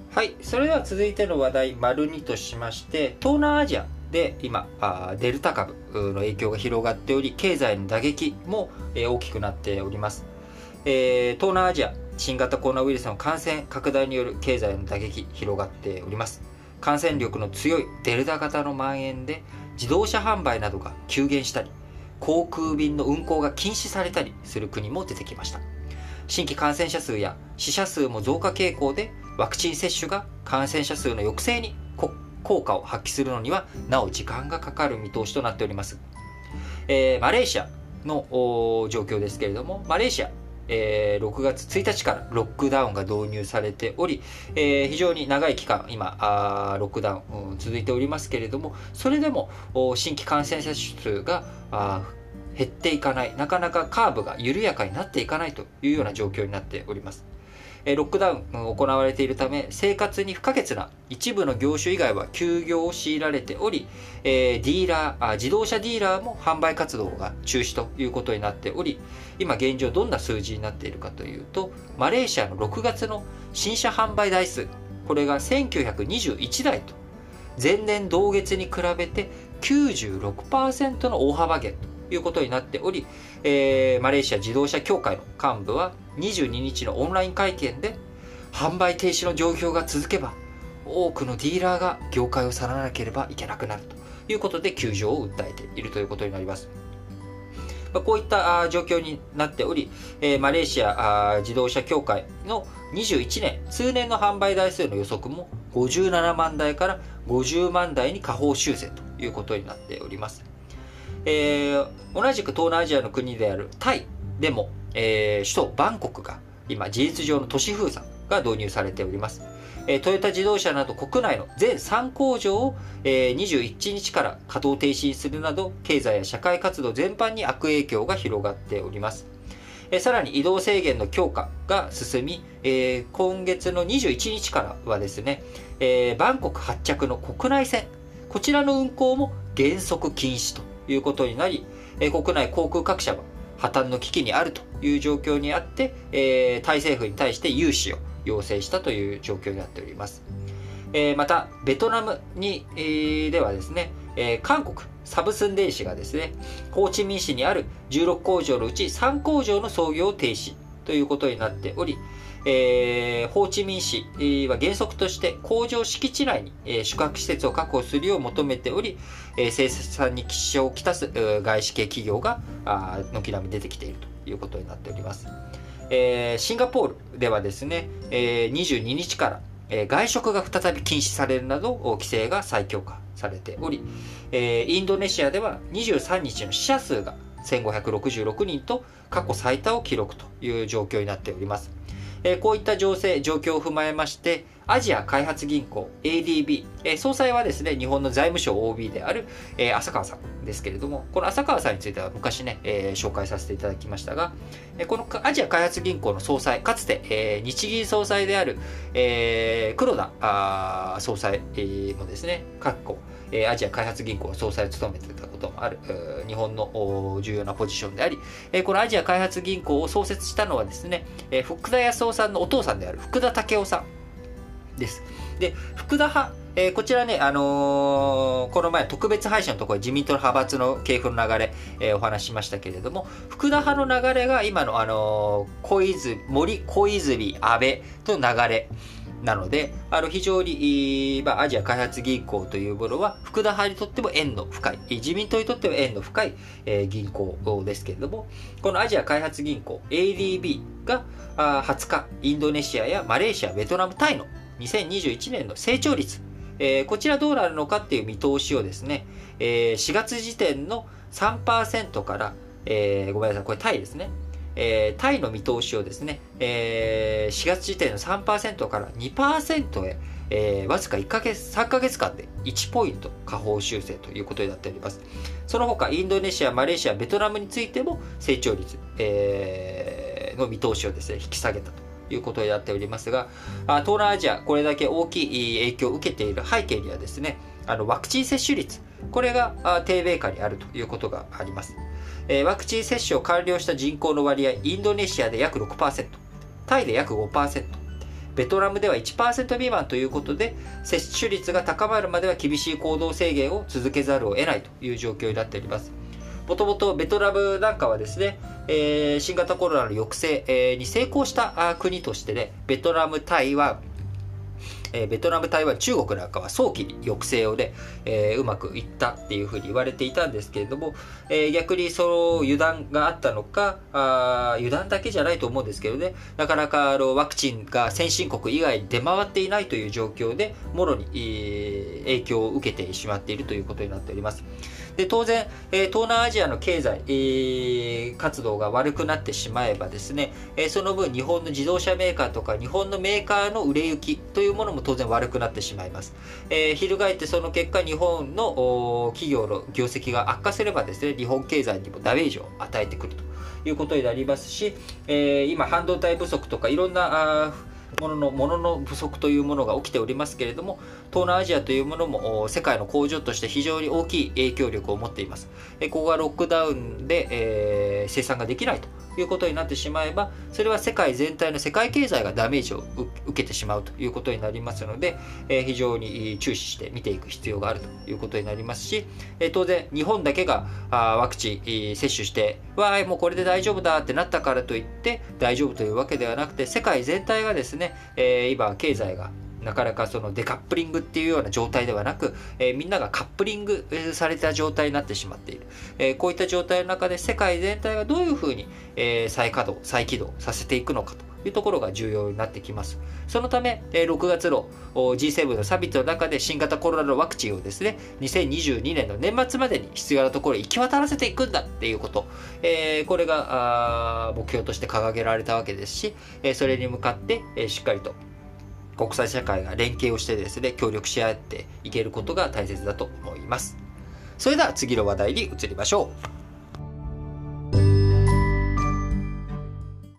はい、それでは続いての話題、丸2としまして、東南アジアで今、デルタ株の影響が広がっており、経済の打撃も大きくなっております。東南アジア、新型コロナウイルスの感染拡大による経済の打撃、広がっております。感染力の強いデルタ型の蔓延で、自動車販売などが急減したり、航空便の運航が禁止されたりする国も出てきました。新規感染者数や死者数も増加傾向で、ワクチン接種が感染者数の抑制に効果を発揮するのにはなお時間がかかる見通しとなっております。マレーシアの状況ですけれども、マレーシア、6月1日からロックダウンが導入されており、非常に長い期間今ロックダウン、続いておりますけれども、それでも新規感染者数が減っていかない、なかなかカーブが緩やかになっていかないというような状況になっております。ロックダウン行われているため、生活に不可欠な一部の業種以外は休業を強いられており、自動車ディーラーも販売活動が中止ということになっており、今現状どんな数字になっているかというと、マレーシアの6月の新車販売台数、これが1921台と、前年同月に比べて 96% の大幅減ということになっており、マレーシア自動車協会の幹部は22日のオンライン会見で、販売停止の状況が続けば多くのディーラーが業界を去らなければいけなくなるということで窮状を訴えているということになります。こういった状況になっており、マレーシア自動車協会の21年通年の販売台数の予測も57万台から50万台に下方修正ということになっております。同じく東南アジアの国であるタイでも、首都バンコクが今事実上の都市封鎖が導入されております。トヨタ自動車など国内の全3工場を、21日から稼働停止にするなど、経済や社会活動全般に悪影響が広がっております。さらに移動制限の強化が進み、今月の21日からはですね、バンコク発着の国内線、こちらの運航も原則禁止ということになり、国内航空各社は破綻の危機にあるという状況にあって、タイ政府に対して融資を要請したという状況になっております。またベトナムに、ではですね、韓国サブスン電子がですね、ホーチミン市にある16工場のうち3工場の操業を停止ということになっており、ホーチミン市は原則として工場敷地内に宿泊施設を確保するよう求めており、生産に支障をきたす外資系企業が軒並み出てきているということになっております。シンガポールではですね、22日から外食が再び禁止されるなど規制が再強化されており、インドネシアでは23日の死者数が1566人と過去最多を記録という状況になっております。こういった状況を踏まえまして、アジア開発銀行 ADB、総裁はですね、日本の財務省 OB である、浅川さんですけれども、この浅川さんについては昔ね、紹介させていただきましたが、このアジア開発銀行の総裁、かつて、日銀総裁である、黒田総裁もですね、過去アジア開発銀行の総裁を務めていたこともある日本の重要なポジションであり、このアジア開発銀行を創設したのはですね、福田康夫さんのお父さんである福田赳夫さんです。で、福田派、こちらね、この前特別配信のところで自民党の派閥の系譜の流れ、お話ししましたけれども、福田派の流れが今の森小泉安倍と流れなので、非常に、アジア開発銀行というものは福田派にとっても縁の深い、自民党にとっても縁の深い、銀行ですけれども、このアジア開発銀行 ADB が20日、インドネシアやマレーシア、ベトナム、タイの2021年の成長率、こちらどうなるのかっていう見通しをですね、4月時点の 3% から、ごめんなさい、これタイですね。タイの見通しをですね、4月時点の 3% から 2% へ、わずか3ヶ月間で1ポイント下方修正ということになっております。その他、インドネシア、マレーシア、ベトナムについても成長率、の見通しをですね、引き下げたということになっておりますが、東南アジア、これだけ大きい影響を受けている背景にはですね、ワクチン接種率、これが低米下にあるということがあります。ワクチン接種を完了した人口の割合、インドネシアで約 6%、タイで約 5%、 ベトナムでは 1% 未満ということで、接種率が高まるまでは厳しい行動制限を続けざるを得ないという状況になっております。もともとベトナムなんかはですね、新型コロナの抑制、に成功した国としてね、ベトナム、台湾、中国なんかは早期に抑制をね、うまくいったっていうふうに言われていたんですけれども、逆にその油断があったのか、油断だけじゃないと思うんですけどね、なかなかワクチンが先進国以外に出回っていないという状況で、もろに、影響を受けてしまっているということになっております。で当然、東南アジアの経済、活動が悪くなってしまえばですね、その分日本の自動車メーカーとか日本のメーカーの売れ行きというものも当然悪くなってしまいます。翻ってその結果、日本の企業の業績が悪化すればですね、日本経済にもダメージを与えてくるということになりますし、今半導体不足とかいろんなものの不足というものが起きておりますけれども、東南アジアというものも世界の工場として非常に大きい影響力を持っています。ここがロックダウンで、生産ができないということになってしまえば、それは世界全体の世界経済がダメージを受けてしまうということになりますので、非常に注視して見ていく必要があるということになりますし、当然日本だけがワクチン接種してもうこれで大丈夫だってなったからといって大丈夫というわけではなくて、世界全体がですね、今経済がなかなかそのデカップリングっていうような状態ではなく、みんながカップリングされた状態になってしまっている、こういった状態の中で世界全体がどういうふうに、再起動させていくのかというところが重要になってきます。そのため、6月の G7 のサミットの中で新型コロナのワクチンをですね、2022年の年末までに必要なところへ行き渡らせていくんだっていうこと、これが目標として掲げられたわけですし、それに向かって、しっかりと国際社会が連携をしてですね、協力し合っていけることが大切だと思います。それでは次の話題に移りましょう。